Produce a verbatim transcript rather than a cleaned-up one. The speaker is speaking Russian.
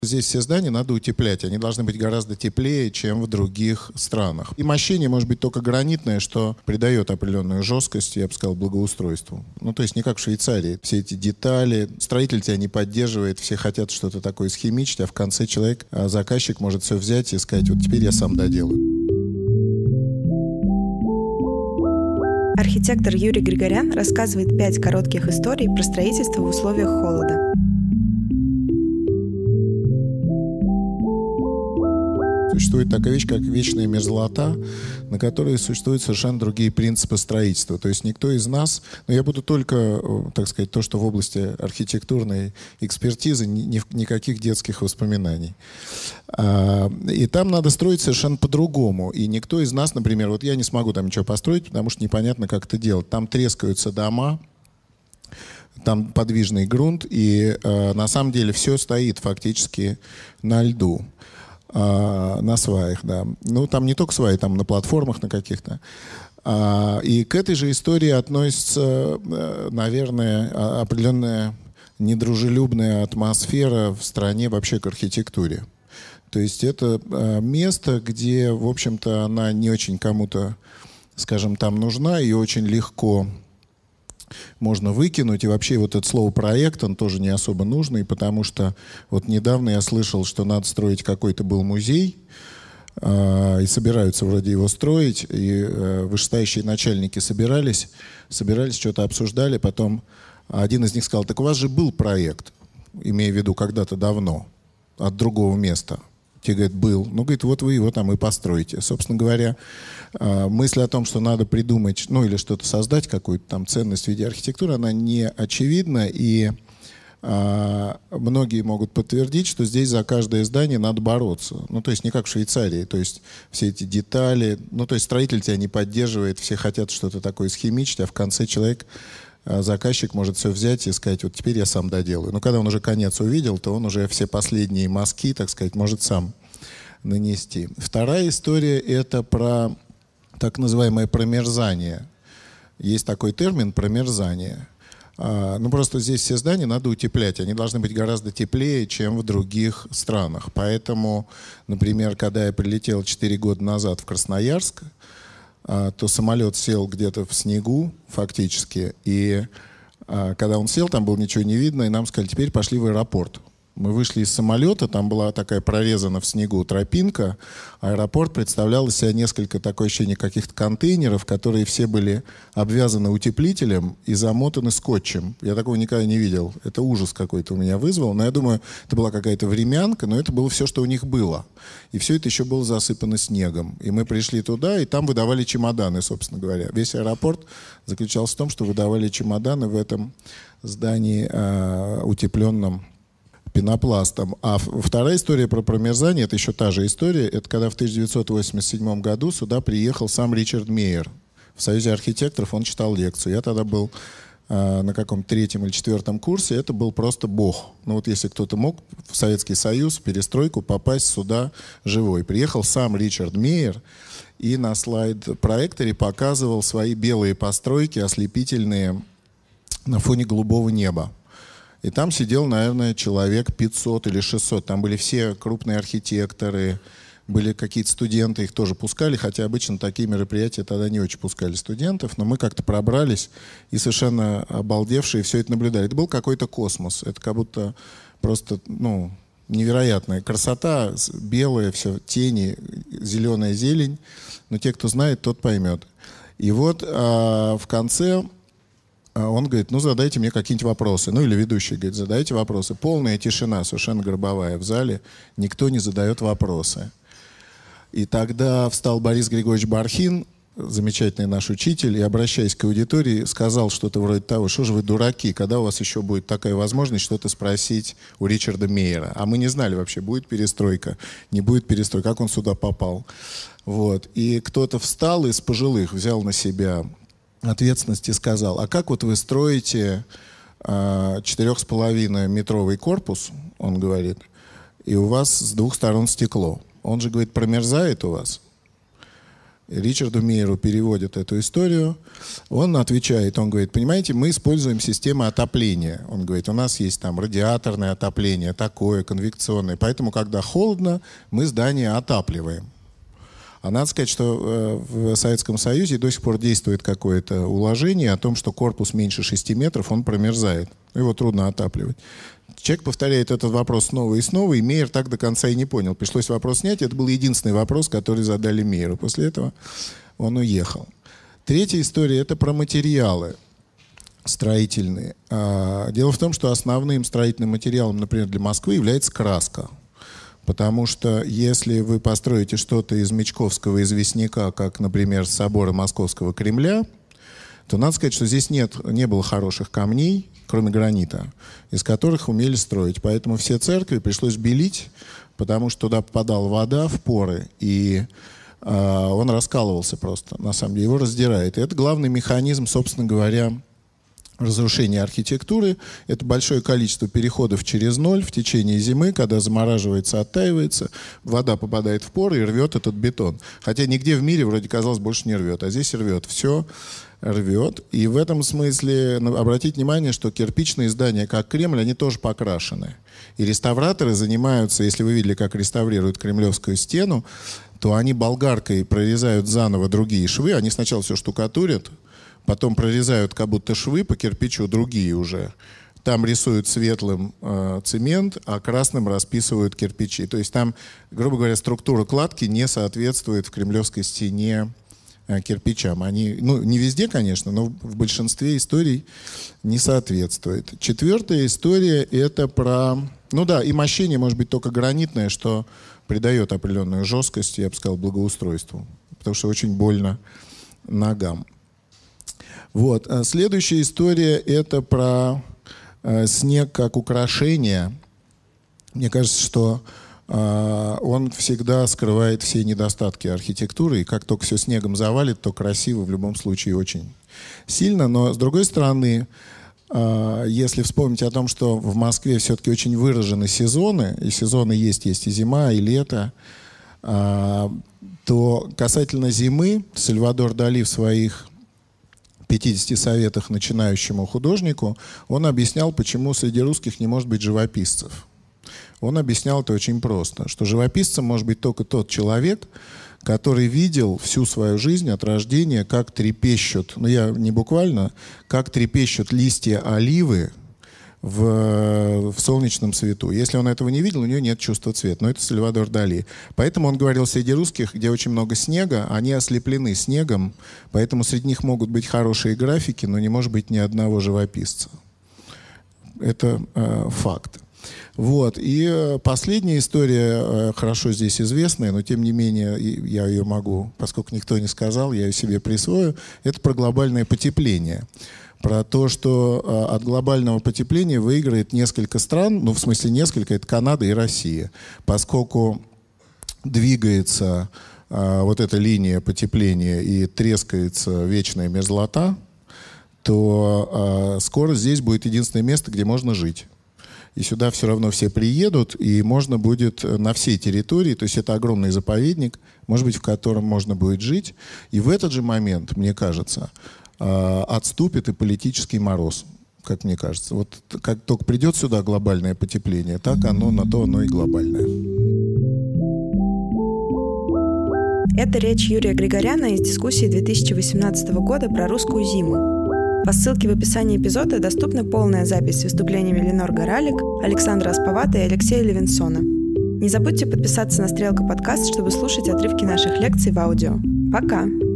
Здесь все здания надо утеплять. Они должны быть гораздо теплее, чем в других странах. И мощение может быть только гранитное, что придает определенную жесткость, я бы сказал, благоустройству. Ну, то есть не как в Швейцарии. Все эти детали, строитель тебя не поддерживает, все хотят что-то такое схимичить, а в конце человек, заказчик может все взять и сказать, вот теперь я сам доделаю. Архитектор Юрий Григорян рассказывает пять коротких историй про строительство в условиях холода. Существует такая вещь, как вечная мерзлота, на которой существуют совершенно другие принципы строительства. То есть никто из нас, но я буду только, так сказать, то, что в области архитектурной экспертизы, ни, никаких детских воспоминаний. И там надо строить совершенно по-другому. И никто из нас, например, вот я не смогу там ничего построить, потому что непонятно, как это делать. Там трескаются дома, там подвижный грунт, и на самом деле все стоит фактически на льду. А, на сваях, да. Ну, там не только сваи, там на платформах на каких-то. А, и к этой же истории относится, наверное, определенная недружелюбная атмосфера в стране вообще к архитектуре. То есть это место, где, в общем-то, она не очень кому-то, скажем, там нужна, и очень легко можно выкинуть. И вообще вот это слово «проект», он тоже не особо нужный, потому что вот недавно я слышал, что надо строить какой-то был музей, э, и собираются вроде его строить, и э, вышестоящие начальники собирались, собирались, что-то обсуждали, потом один из них сказал, так у вас же был проект, имея в виду когда-то давно, от другого места. Те говорят, был. Ну, говорит, вот вы его там и построите. Собственно говоря, мысль о том, что надо придумать, ну, или что-то создать, какую-то там ценность в виде архитектуры, она не очевидна, и а, многие могут подтвердить, что здесь за каждое здание надо бороться. Ну, то есть не как в Швейцарии, то есть все эти детали, ну, то есть строитель тебя не поддерживает, все хотят что-то такое схимичить, а в конце человек, заказчик может все взять и сказать, вот теперь я сам доделаю. Но когда он уже конец увидел, то он уже все последние мазки, так сказать, может сам нанести. Вторая история — это про так называемое промерзание. Есть такой термин «промерзание». А, ну, просто здесь все здания надо утеплять. Они должны быть гораздо теплее, чем в других странах. Поэтому, например, когда я прилетел четыре года назад в Красноярск, то самолет сел где-то в снегу фактически, и а, когда он сел, там было ничего не видно, и нам сказали, теперь пошли в аэропорт. Мы вышли из самолета, там была такая прорезана в снегу тропинка, аэропорт представлял из себя несколько, такое ощущение, каких-то контейнеров, которые все были обвязаны утеплителем и замотаны скотчем. Я такого никогда не видел. Это ужас какой-то у меня вызвал, но я думаю, это была какая-то времянка, но это было все, что у них было. И все это еще было засыпано снегом. И мы пришли туда, и там выдавали чемоданы, собственно говоря. Весь аэропорт заключался в том, что выдавали чемоданы в этом здании э, утепленном пенопластом. А вторая история про промерзание, это еще та же история, это когда в тысяча девятьсот восемьдесят седьмом году сюда приехал сам Ричард Мейер. В Союзе архитекторов он читал лекцию. Я тогда был э, на каком-то третьем или четвертом курсе, это был просто бог. Ну вот если кто-то мог в Советский Союз, в перестройку, попасть сюда живой. Приехал сам Ричард Мейер и на слайд-проекторе показывал свои белые постройки, ослепительные, на фоне голубого неба. И там сидел, наверное, человек пятьсот или шестьсот. Там были все крупные архитекторы, были какие-то студенты, их тоже пускали, хотя обычно такие мероприятия тогда не очень пускали студентов, но мы как-то пробрались и совершенно обалдевшие все это наблюдали. Это был какой-то космос. Это как будто просто, ну, невероятная красота, белая, все, тени, зеленая зелень. Но те, кто знает, тот поймет. И вот а, в конце... Он говорит, ну задайте мне какие-нибудь вопросы. Ну или ведущий говорит, задайте вопросы. Полная тишина, совершенно гробовая в зале. Никто не задает вопросы. И тогда встал Борис Григорьевич Бархин, замечательный наш учитель, и, обращаясь к аудитории, сказал что-то вроде того, что же вы дураки, когда у вас еще будет такая возможность что-то спросить у Ричарда Мейера. А мы не знали вообще, будет перестройка, не будет перестройка, как он сюда попал. Вот. И кто-то встал из пожилых, взял на себя ответственность и сказал, а как вот вы строите четырех с половиной метровый корпус, он говорит, и у вас с двух сторон стекло. Он же говорит, промерзает у вас. Ричарду Мейеру переводят эту историю. Он отвечает, он говорит, понимаете, мы используем систему отопления. Он говорит, у нас есть там радиаторное отопление, такое, конвекционное. Поэтому, когда холодно, мы здание отапливаем. А надо сказать, что в Советском Союзе до сих пор действует какое-то уложение о том, что корпус меньше шести метров, он промерзает. Его трудно отапливать. Человек повторяет этот вопрос снова и снова, и Мейер так до конца и не понял. Пришлось вопрос снять. Это был единственный вопрос, который задали Мейеру. После этого он уехал. Третья история – это про материалы строительные. Дело в том, что основным строительным материалом, например, для Москвы является краска. Потому что если вы построите что-то из Мечковского известняка, как, например, собора Московского Кремля, то надо сказать, что здесь нет, не было хороших камней, кроме гранита, из которых умели строить. Поэтому все церкви пришлось белить, потому что туда попадала вода в поры, и э, он раскалывался просто, на самом деле, его раздирает. И это главный механизм, собственно говоря, разрушение архитектуры. Это большое количество переходов через ноль в течение зимы, когда замораживается, оттаивается, вода попадает в поры и рвет этот бетон. Хотя нигде в мире, вроде казалось, больше не рвет, а здесь рвет. Все рвет. И в этом смысле обратите внимание, что кирпичные здания, как Кремль, они тоже покрашены. И реставраторы занимаются, если вы видели, как реставрируют Кремлевскую стену, то они болгаркой прорезают заново другие швы. Они сначала все штукатурят, потом прорезают как будто швы по кирпичу, другие уже. Там рисуют светлым э, цемент, а красным расписывают кирпичи. То есть там, грубо говоря, структура кладки не соответствует в кремлевской стене э, кирпичам. Они, ну, не везде, конечно, но в большинстве историй не соответствует. Четвертая история – это про... Ну да, и мощение может быть только гранитное, что придает определенную жесткость, я бы сказал, благоустройству. Потому что очень больно ногам. Вот. Следующая история – это про э, снег как украшение. Мне кажется, что э, он всегда скрывает все недостатки архитектуры, и как только все снегом завалит, то красиво в любом случае очень сильно. Но, с другой стороны, э, если вспомнить о том, что в Москве все-таки очень выражены сезоны, и сезоны есть, есть и зима, и лето, э, то касательно зимы Сальвадор Дали в своих пятидесяти советах начинающему художнику, он объяснял, почему среди русских не может быть живописцев. Он объяснял это очень просто, что живописцем может быть только тот человек, который видел всю свою жизнь от рождения, как трепещут, ну я не буквально, как трепещут листья оливы в, в солнечном свету. Если он этого не видел, у него нет чувства цвета. Но это Сальвадор Дали. Поэтому он говорил, среди русских, где очень много снега, они ослеплены снегом, поэтому среди них могут быть хорошие графики, но не может быть ни одного живописца. Это э, факт. Вот. И э, последняя история, э, хорошо здесь известная, но тем не менее я ее могу, поскольку никто не сказал, я ее себе присвою, это про глобальное потепление. Про то, что э, от глобального потепления выиграет несколько стран, ну, в смысле несколько, это Канада и Россия, поскольку двигается э, вот эта линия потепления и трескается вечная мерзлота, то э, скоро здесь будет единственное место, где можно жить. И сюда все равно все приедут, и можно будет на всей территории, то есть это огромный заповедник, может быть, в котором можно будет жить. И в этот же момент, мне кажется, отступит и политический мороз, как мне кажется. Вот как только придет сюда глобальное потепление, так оно, на то оно и глобальное. Это речь Юрия Григоряна из дискуссии две тысячи восемнадцатого года про русскую зиму. По ссылке в описании эпизода доступна полная запись с выступлениями Ленор Горалик, Александра Асповата и Алексея Левинсона. Не забудьте подписаться на «Стрелка подкаст», чтобы слушать отрывки наших лекций в аудио. Пока!